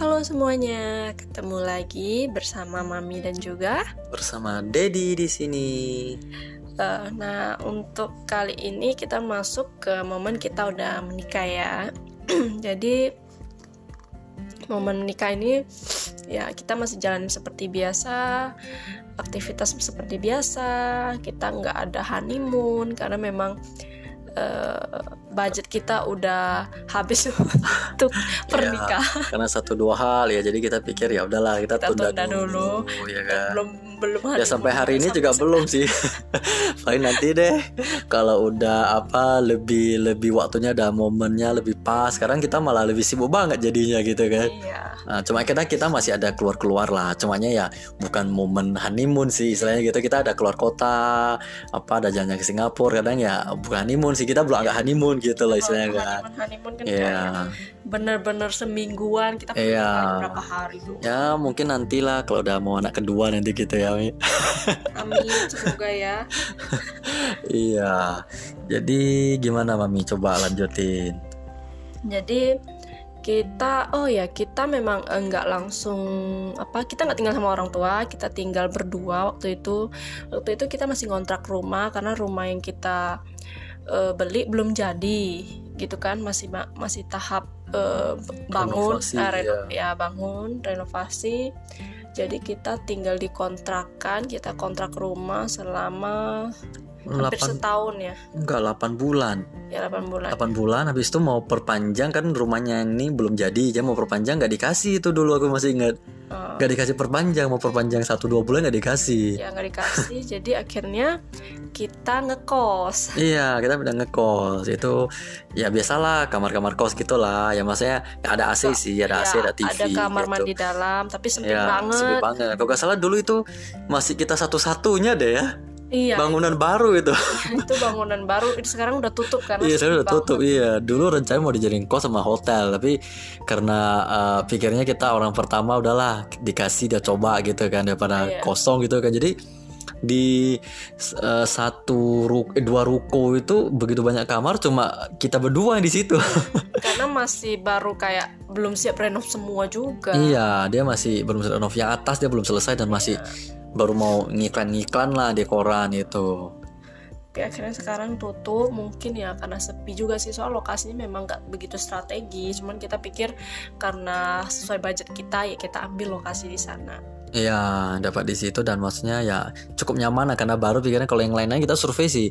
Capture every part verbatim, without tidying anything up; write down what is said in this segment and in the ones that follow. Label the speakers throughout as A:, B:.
A: Halo semuanya, ketemu lagi bersama Mami dan juga
B: bersama Dedi di sini.
A: uh, Nah, untuk kali ini kita masuk ke momen kita udah menikah ya. Jadi momen menikah ini ya kita masih jalan seperti biasa, aktivitas seperti biasa. Kita nggak ada honeymoon karena memang Uh, budget kita udah habis untuk pernikahan.
B: Ya, karena satu dua hal ya, jadi kita pikir ya udahlah kita,
A: kita
B: tunda,
A: tunda dulu,
B: dulu ya kan.
A: Belum belum
B: ya sampai hari ini juga belum sih. Paling nanti deh kalau udah apa lebih lebih waktunya, ada momennya lebih pas. Sekarang kita malah lebih sibuk banget jadinya gitu kan.
A: Iya.
B: Nah, cuma kita kita masih ada keluar-keluar lah. Cumanya ya bukan momen honeymoon sih istilahnya gitu. Kita ada keluar kota, apa ada jalan ke Singapura. Kadang ya bukan honeymoon sih, kita belum agak honeymoon gitu loh istilahnya kan.
A: Honeymoon, honeymoon kan
B: yeah.
A: bener-bener semingguan kita pergi
B: yeah.
A: berapa hari dulu.
B: Ya mungkin nantilah kalau udah mau anak kedua nanti gitu ya.
A: Amin, semoga ya.
B: Iya. Jadi gimana Mami? Coba lanjutin.
A: Jadi kita, oh ya kita memang enggak langsung apa kita nggak tinggal sama orang tua, kita tinggal berdua waktu itu. Waktu itu kita masih ngontrak rumah karena rumah yang kita uh, beli belum jadi, gitu kan, masih masih tahap uh, bangun,
B: renovasi,
A: uh, reno-
B: ya.
A: ya bangun renovasi. Jadi kita tinggal di kontrakan, kita kontrak rumah selama hampir
B: delapan
A: setahun ya.
B: Enggak, delapan bulan.
A: Ya delapan bulan.
B: delapan bulan habis itu mau perpanjang kan, rumahnya ini belum jadi. Dia mau perpanjang enggak dikasih itu dulu, aku masih ingat.
A: Uh,
B: Gak dikasih perpanjang, mau perpanjang satu dua bulan gak dikasih.
A: Ya nggak dikasih. Jadi akhirnya kita ngekos.
B: Iya, kita pindah ngekos. Itu ya biasalah kamar-kamar kos gitulah. Ya maksudnya ya ada A C sih, ada A C,
A: Ya,
B: ada T V.
A: ada kamar
B: gitu.
A: mandi dalam, tapi sempit
B: Ya,
A: banget.
B: sempit banget. Kalau gak salah dulu itu masih kita satu-satunya deh ya.
A: Iya.
B: Bangunan baru itu.
A: Itu bangunan baru. Sekarang udah tutup karena
B: Iya, sekarang udah
A: banget.
B: tutup. Iya, dulu rencana mau dijadiin kos sama hotel, tapi karena uh, pikirnya kita orang pertama udahlah dikasih dia coba gitu kan, daripada
A: Iya.
B: kosong gitu kan. Jadi di uh, satu ruko, dua ruko itu begitu banyak kamar, cuma kita berdua di situ.
A: Karena masih baru kayak belum siap renov semua juga.
B: Iya, dia masih belum selesai renov, yang atas dia belum selesai dan masih baru mau ngiklan-ngiklan lah di koran itu.
A: Tapi akhirnya sekarang tutup, mungkin ya karena sepi juga sih, soal lokasinya memang gak begitu strategi. Cuman kita pikir karena sesuai budget kita ya kita ambil lokasi di sana.
B: Iya, dapat di situ dan maksudnya ya cukup nyaman lah, karena baru pikirnya kalau yang lain-lain kita survei sih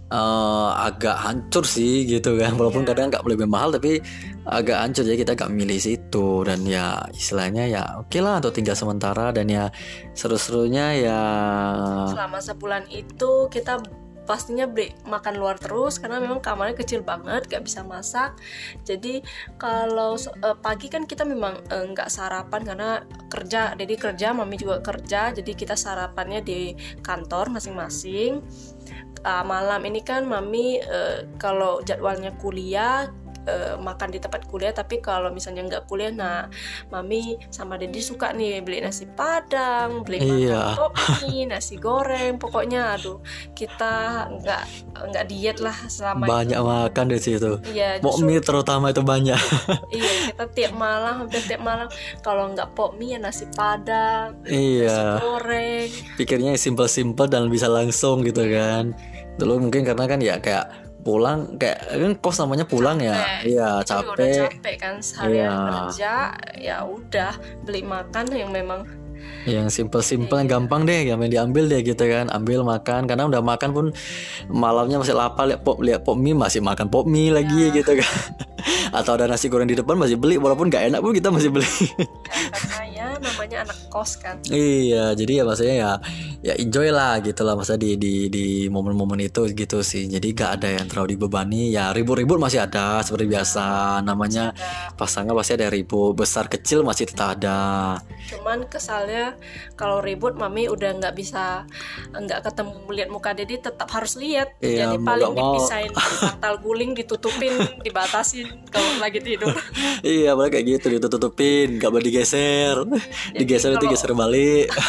B: uh, agak hancur sih gitu kan. Walaupun
A: Iya.
B: kadang nggak lebih mahal tapi agak hancur, jadi kita gak milih situ. Dan ya istilahnya ya oke lah untuk tinggal sementara. Dan ya seru-serunya ya
A: Selama sebulan itu kita pastinya beli makan luar terus karena memang kamarnya kecil banget, gak bisa masak. Jadi kalau uh, pagi kan kita memang uh, gak sarapan karena kerja, jadi kerja, Mami juga kerja, jadi kita sarapannya di kantor masing-masing. Uh, malam ini kan Mami uh, kalau jadwalnya kuliah Uh, makan di tempat kuliah, tapi kalau misalnya nggak kuliah, nah Mami sama Dedi suka nih beli nasi padang, beli
B: Iya.
A: makan pop mie, nasi goreng, pokoknya aduh kita nggak nggak diet lah selama
B: banyak
A: itu.
B: makan di situ.
A: Iya,
B: Pok
A: justru-
B: mie terutama itu banyak.
A: iya kita tiap malam, hampir tiap malam kalau nggak pop mie ya nasi padang, nasi
B: Iya,
A: goreng.
B: pikirnya simple-simple dan bisa langsung gitu kan. Dulu mungkin karena kan ya kayak pulang, kayak kan kos namanya pulang ya.
A: Capek.
B: Iya,
A: Itu juga udah
B: capek.
A: capek kan seharian
B: Iya.
A: kerja, ya udah beli makan yang memang
B: Yang simple-simple, yang
A: Iya.
B: gampang deh, yang diambil deh gitu kan. Ambil makan, karena udah makan pun malamnya masih lapar, lihat pop lihat pop mie masih makan pop mie lagi gitu kan. Atau ada nasi goreng di depan masih beli, walaupun gak enak pun kita masih beli.
A: karena ya namanya anak kos kan.
B: Iya, jadi ya maksudnya ya ya enjoy lah gitu lah masa di di di momen-momen itu gitu sih. Jadi gak ada yang terlalu dibebani. Ya ribut-ribut masih ada seperti biasa. Namanya
A: Ada.
B: pasangan pasti ada ribut, besar kecil masih tetap ada.
A: Cuman kesalnya kalau ribut Mami udah nggak bisa, nggak ketemu lihat muka Dedi, tetap harus lihat.
B: Iya,
A: Jadi
B: mau
A: paling
B: nggak mau.
A: dipisahin bantal guling, ditutupin, dibatasin kalau lagi tidur.
B: Iya, boleh kayak gitu, ditutup-tutupin, gak boleh digeser. Digeser nanti
A: kalau-
B: geser balik.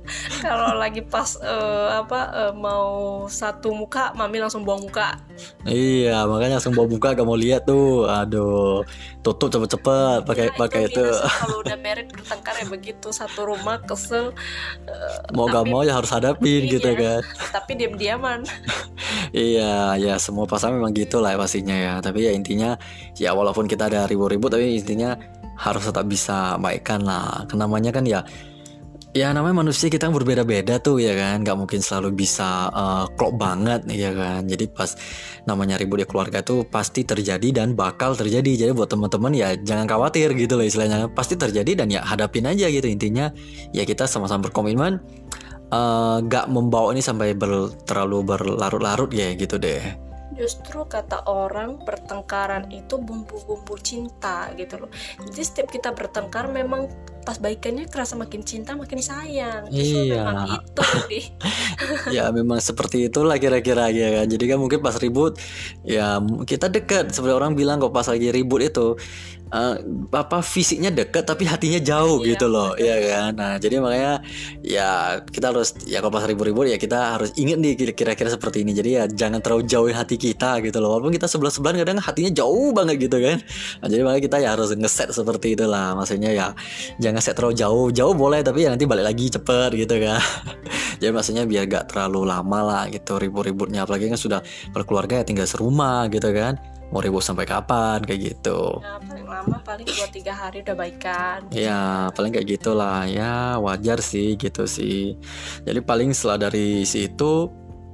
A: Kalau lagi pas eh, apa eh, mau satu muka, mami langsung buang muka.
B: Iya, makanya langsung bawa buka gak mau lihat tuh. Aduh, tutup cepet-cepet pakai
A: Nah,
B: pakai itu.
A: minusnya kalau udah married bertengkar ya begitu, satu rumah kesel. eh,
B: Mau gak
A: tapi
B: mau ya harus hadapin
A: iya,
B: gitu kan.
A: tapi diam-diaman.
B: Iya, ya semua pasangan memang gitu lah ya pastinya ya. Tapi ya intinya ya walaupun kita ada ribut-ribut tapi intinya harus tetap bisa baikkan lah. Kenamanya kan ya ya namanya manusia kita kan berbeda-beda tuh ya kan. Gak mungkin selalu bisa uh, klop banget ya kan. Jadi pas namanya ribut di keluarga tuh pasti terjadi dan bakal terjadi. Jadi buat teman-teman ya jangan khawatir gitu loh istilahnya. Pasti terjadi dan ya hadapin aja gitu. Intinya ya kita sama-sama berkomitmen uh, gak membawa ini sampai ber, terlalu berlarut-larut ya gitu deh.
A: Justru kata orang pertengkaran itu bumbu-bumbu cinta gitu loh. Jadi setiap kita bertengkar memang pas baikannya kerasa makin cinta makin sayang. Justru
B: Iya.
A: memang itu deh.
B: Ya memang seperti itulah kira-kira ya kan. Jadi kan mungkin pas ribut ya kita dekat. Seperti orang bilang kok pas lagi ribut itu uh, apa fisiknya dekat tapi hatinya jauh
A: Iya,
B: gitu loh, ya kan. Nah jadi makanya ya kita harus ya kalau pas ribut-ribut ya kita harus ingat nih kira-kira seperti ini. Jadi ya jangan terlalu jauhin hati kita gitu loh. Walaupun kita sebelah-sebelahan kadang hatinya jauh banget gitu kan. Nah, jadi makanya kita ya harus ngeset seperti itulah. Maksudnya ya jangan set terlalu jauh. Jauh boleh tapi ya nanti balik lagi cepet gitu kan. Jadi maksudnya biar gak terlalu lama lah gitu ribut-ributnya. Apalagi kan sudah berkeluarga ya tinggal serumah gitu kan. Mau ribut sampai kapan kayak gitu.
A: Nah, paling lama paling dua tiga hari udah baikan.
B: Ya paling kayak gitulah. Ya wajar sih gitu sih. Jadi paling setelah dari situ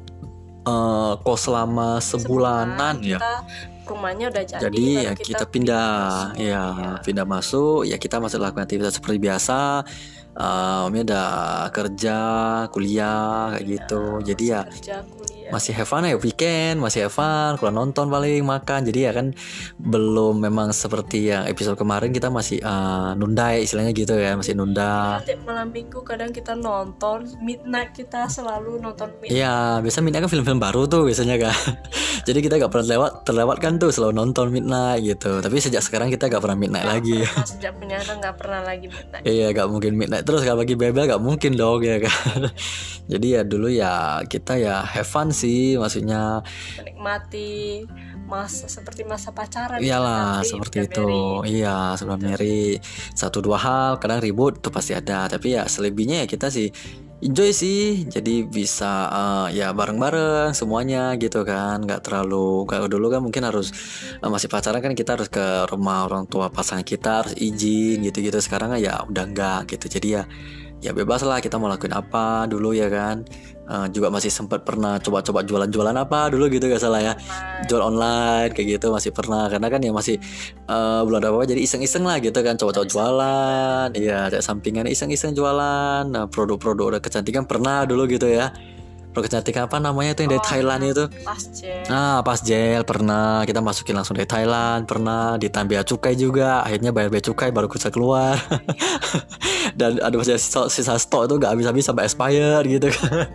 B: uh, kos selama sebulanan
A: Sebulan
B: ya.
A: kita rumahnya udah jadi,
B: Jadi
A: baru
B: ya kita pindah,
A: masuk.
B: ya pindah masuk, ya kita masih lakukan aktivitas seperti biasa. Uh, Umi udah kerja, kuliah kayak gitu. Jadi ya
A: Kerja, kuliah.
B: masih have fun ya weekend, masih have fun, keluar nonton paling makan. Jadi ya kan belum memang seperti yang episode kemarin kita masih uh, nunda ya, istilahnya gitu ya, masih nunda.
A: Nanti malam minggu kadang kita nonton midnight, kita selalu nonton midnight.
B: Iya, biasa midnight kan film-film baru tuh biasanya kan. Jadi kita gak pernah terlewat, terlewatkan tuh selalu nonton midnight gitu. Tapi sejak sekarang kita gak pernah midnight
A: Gak
B: lagi.
A: pernah, sejak punya anak gak pernah lagi midnight.
B: Iya, gak mungkin midnight terus kalau bagi bebel gak mungkin dong ya kan. Jadi ya dulu ya kita ya have fun sih, maksudnya
A: Menikmati masa seperti masa pacaran.
B: iyalah
A: nanti
B: seperti
A: udah
B: itu.
A: married.
B: Iya, sebelum married satu dua hal kadang ribut tuh pasti ada. Tapi ya selebihnya ya kita sih enjoy sih. Jadi bisa uh, ya bareng-bareng semuanya gitu kan. Gak terlalu kalau dulu kan mungkin harus uh, masih pacaran kan kita harus ke rumah orang tua pasangan kita, harus izin gitu-gitu. Sekarang kan ya udah enggak gitu. Jadi ya ya bebas lah kita mau lakuin apa dulu ya kan. Uh, juga masih sempat pernah coba-coba jualan-jualan apa dulu gitu gak salah ya, jual online kayak gitu masih pernah, karena kan ya masih uh, belum ada apa-apa jadi iseng-iseng lah gitu kan, coba-coba jualan, iya ada sampingan iseng-iseng jualan. Nah, produk-produk udah kecantikan pernah dulu gitu ya, produk kecantikan apa namanya itu yang dari
A: Oh,
B: Thailand itu.
A: Pas gel.
B: Nah, pas gel pernah kita masukin langsung dari Thailand, pernah ditambah bea cukai juga, akhirnya bayar bea cukai baru bisa keluar. Dan ada masih sisa, sisa stok itu gak habis-habis sampai expire gitu kan.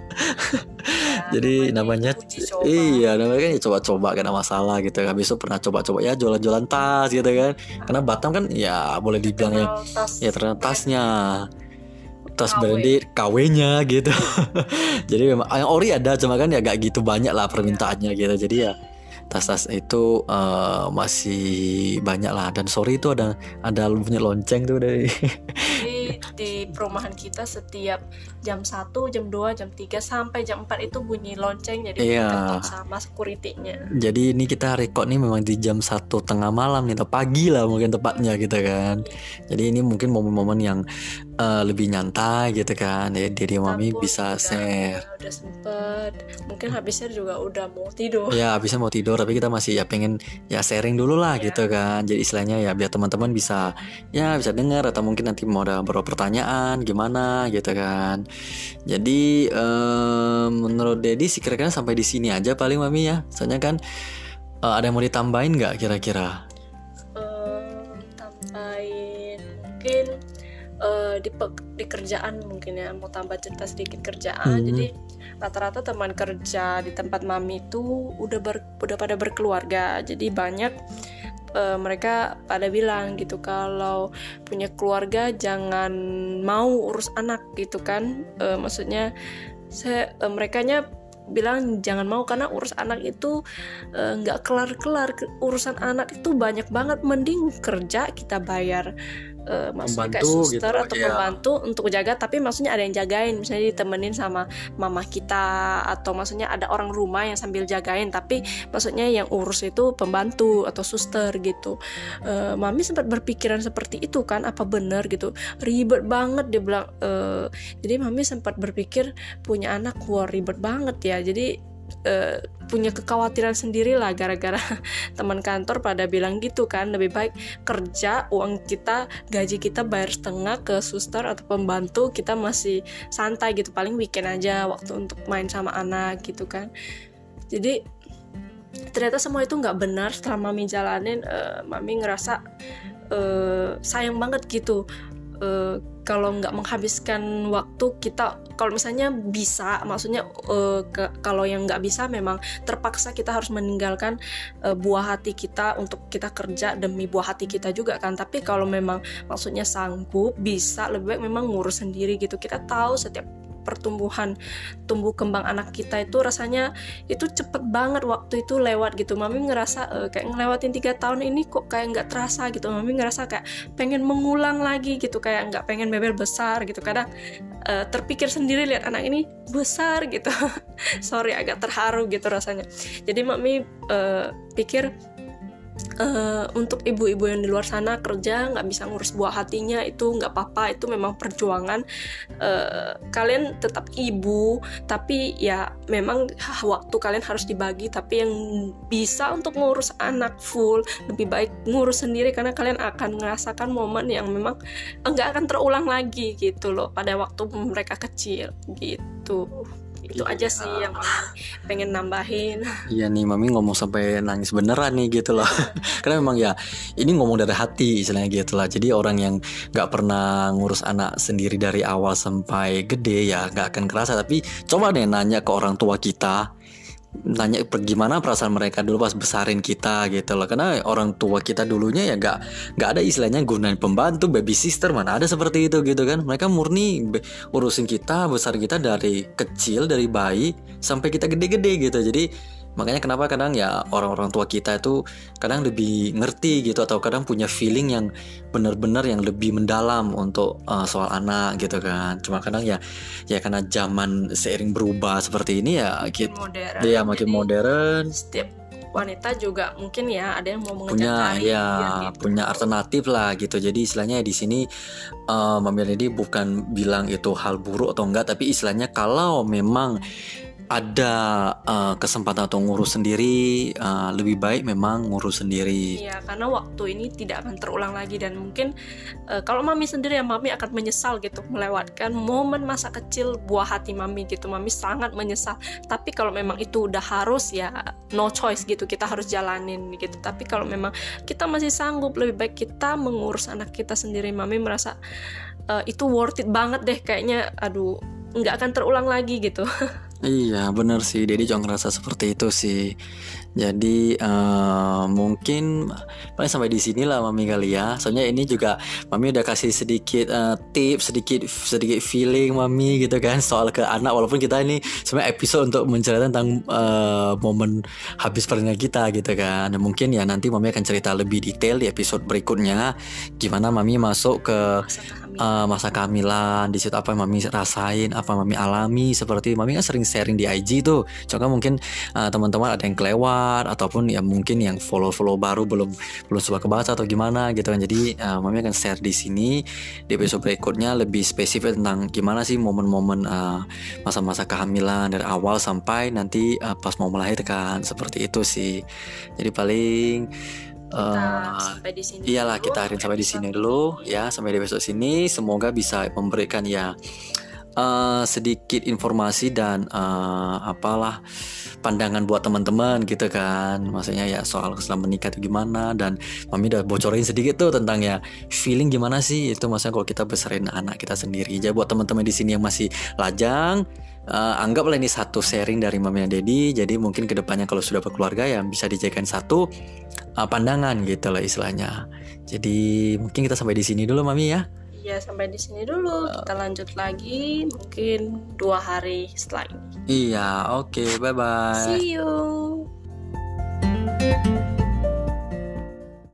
B: Jadi namanya,
A: uji coba.
B: iya namanya kan ya coba-coba kan masalah gitu. Habis itu pernah coba-coba ya jualan-jualan tas gitu kan. Karena Batam kan ya boleh dibilang ya,
A: Terkenal tas
B: ya ternyata tasnya tas
A: K W.
B: branded K W-nya gitu. Jadi memang yang ori ada cuma kan ya gak gitu banyak lah permintaannya gitu. Jadi ya tas-tas itu uh, masih banyak lah. Dan sorry itu ada ada bunyi lonceng tuh dari
A: Jadi di perumahan kita setiap jam satu, jam dua, jam tiga sampai jam empat itu bunyi lonceng, jadi
B: Iya.
A: diketok sama security-nya.
B: Jadi ini kita record nih memang di jam satu tengah malam nih, atau pagi lah mungkin tepatnya gitu kan. Jadi ini mungkin momen-momen yang uh, lebih nyantai gitu kan. Ya, jadi mami
A: Tapi
B: bisa
A: udah-
B: share.
A: Udah sempet, mungkin habisnya juga udah mau tidur.
B: Ya habisnya mau tidur tapi kita masih ya pengen ya sharing dulu lah
A: Iya.
B: gitu kan. Jadi istilahnya ya biar teman-teman bisa ya bisa dengar, atau mungkin nanti mau ada beberapa pertanyaan gimana gitu kan. Jadi em, menurut Dedi sih kira-kira sampai di sini aja paling mami ya. Soalnya kan eh, ada yang mau ditambahin nggak kira-kira?
A: Eh, tambahin mungkin eh, di pe- di kerjaan mungkin ya, mau tambah cerita sedikit kerjaan.
B: Hmm.
A: Jadi rata-rata teman kerja di tempat mami itu udah ber, udah pada berkeluarga, jadi banyak uh, mereka pada bilang gitu kalau punya keluarga jangan mau urus anak gitu kan. Uh, maksudnya saya uh, merekanya bilang jangan mau karena urus anak itu nggak uh, kelar-kelar. Urusan anak itu banyak banget, mending kerja kita bayar uh, maksudnya kayak
B: Pembantu
A: suster
B: gitu,
A: atau
B: iya.
A: pembantu untuk jaga, tapi maksudnya ada yang jagain, misalnya ditemenin sama mama kita, atau maksudnya ada orang rumah yang sambil jagain, tapi maksudnya yang urus itu pembantu atau suster gitu. uh, Mami sempat berpikiran seperti itu kan, apa benar gitu, ribet banget dia bilang. uh, jadi Mami sempat berpikir punya anak wah ribet banget ya, jadi uh, punya kekhawatiran sendiri lah gara-gara teman kantor pada bilang gitu kan, lebih baik kerja, uang kita, gaji kita bayar setengah ke suster atau pembantu, kita masih santai gitu, paling weekend aja waktu untuk main sama anak gitu kan. Jadi ternyata semua itu nggak benar. Setelah Mami jalanin, uh, Mami ngerasa uh, sayang banget gitu. Uh, kalau nggak menghabiskan waktu kita, kalau misalnya bisa, maksudnya uh, ke, kalau yang nggak bisa memang terpaksa kita harus meninggalkan uh, buah hati kita untuk kita kerja demi buah hati kita juga kan. Tapi kalau memang maksudnya sanggup, bisa, lebih baik memang ngurus sendiri gitu. Kita tahu setiap pertumbuhan tumbuh kembang anak kita itu rasanya itu cepet banget waktu itu lewat gitu. Mami ngerasa uh, kayak ngelewatin tiga tahun ini kok kayak nggak terasa gitu. Mami ngerasa kayak pengen mengulang lagi gitu, kayak nggak pengen bebel besar gitu. Kadang uh, terpikir sendiri lihat anak ini besar gitu. Sorry, agak terharu gitu rasanya. Jadi Mami uh, pikir Uh, untuk ibu-ibu yang di luar sana kerja nggak bisa ngurus buah hatinya, itu nggak apa-apa, itu memang perjuangan. Uh, kalian tetap ibu, tapi ya memang waktu kalian harus dibagi. Tapi yang bisa untuk ngurus anak full, lebih baik ngurus sendiri, karena kalian akan merasakan momen yang memang nggak akan terulang lagi gitu loh pada waktu mereka kecil gitu. Itu aja sih yang Mami pengen nambahin.
B: Iya nih, Mami ngomong sampai nangis beneran nih gitu loh. Karena memang ya ini ngomong dari hati istilahnya gitu lah. Jadi orang yang gak pernah ngurus anak sendiri dari awal sampai gede ya gak akan kerasa. Tapi coba deh nanya ke orang tua kita, nanya gimana perasaan mereka dulu pas besarin kita gitu loh. Karena orang tua kita dulunya ya gak, gak ada istilahnya gunain pembantu, baby sister, mana ada seperti itu gitu kan. Mereka murni be- urusin kita, besar kita dari kecil, dari bayi sampai kita gede-gede gitu. Jadi makanya kenapa kadang ya orang-orang tua kita itu kadang lebih ngerti gitu, atau kadang punya feeling yang benar-benar yang lebih mendalam untuk uh, soal anak gitu kan. Cuma kadang ya ya karena zaman seiring berubah seperti ini ya
A: makin
B: gitu.
A: modern.
B: Iya, makin
A: Jadi,
B: modern.
A: Setiap wanita juga mungkin ya ada yang mau mengejar
B: Punya
A: karir
B: ya
A: gitu.
B: punya alternatif lah gitu. Jadi istilahnya di sini uh, Mami Lady bukan bilang itu hal buruk atau enggak, tapi istilahnya kalau memang ada uh, kesempatan untuk ngurus sendiri, uh, lebih baik memang ngurus sendiri.
A: Iya, karena waktu ini tidak akan terulang lagi, dan mungkin uh, kalau Mami sendiri ya Mami akan menyesal gitu melewatkan momen masa kecil buah hati Mami gitu. Mami sangat menyesal. Tapi kalau memang itu udah harus ya no choice gitu, kita harus jalanin gitu. Tapi kalau memang kita masih sanggup, lebih baik kita mengurus anak kita sendiri. Mami merasa uh, itu worth it banget deh kayaknya. Aduh, nggak akan terulang lagi gitu.
B: Iya benar sih, Dedi juga ngerasa seperti itu sih. Jadi uh, mungkin paling sampai di sini lah Mami kali ya. Soalnya ini juga Mami udah kasih sedikit uh, tips, sedikit sedikit feeling Mami gitu kan soal ke anak. Walaupun kita ini sebenarnya episode untuk menceritakan tentang uh, momen habis pernikahan kita gitu kan. Dan mungkin ya nanti Mami akan cerita lebih detail di episode berikutnya gimana Mami masuk ke uh, masa kehamilan. Di situ apa yang Mami rasain, apa yang Mami alami. Seperti Mami kan sering sharing di I G tuh. Coba mungkin uh, teman-teman ada yang kelewat, ataupun ya mungkin yang follow-follow baru belum belum coba kebaca atau gimana gitu kan. Jadi uh, Mami akan share di sini di episode berikutnya lebih spesifik tentang gimana sih momen-momen uh, masa-masa kehamilan dari awal sampai nanti uh, pas mau melahirkan, seperti itu sih. Jadi paling
A: Uh, sampai di sini
B: iyalah
A: dulu,
B: kita akhirin sampai di sini dulu ya, sampai di episode sini. Semoga bisa memberikan ya uh, sedikit informasi dan uh, apalah pandangan buat teman-teman gitu kan. Maksudnya ya soal setelah menikah itu gimana, dan Mami udah bocorin sedikit tuh tentang ya feeling gimana sih itu maksudnya kalau kita besarin anak kita sendiri. Jadi buat teman-teman di sini yang masih lajang, uh, anggaplah ini satu sharing dari Mami dan Dedi. Jadi mungkin kedepannya kalau sudah berkeluarga ya bisa dijadikan satu uh, pandangan gitu lah istilahnya. Jadi mungkin kita sampai di sini dulu Mami ya.
A: Iya, sampai di sini dulu. Kita lanjut lagi mungkin dua hari setelah ini.
B: Iya, oke, okay, bye bye.
A: See you.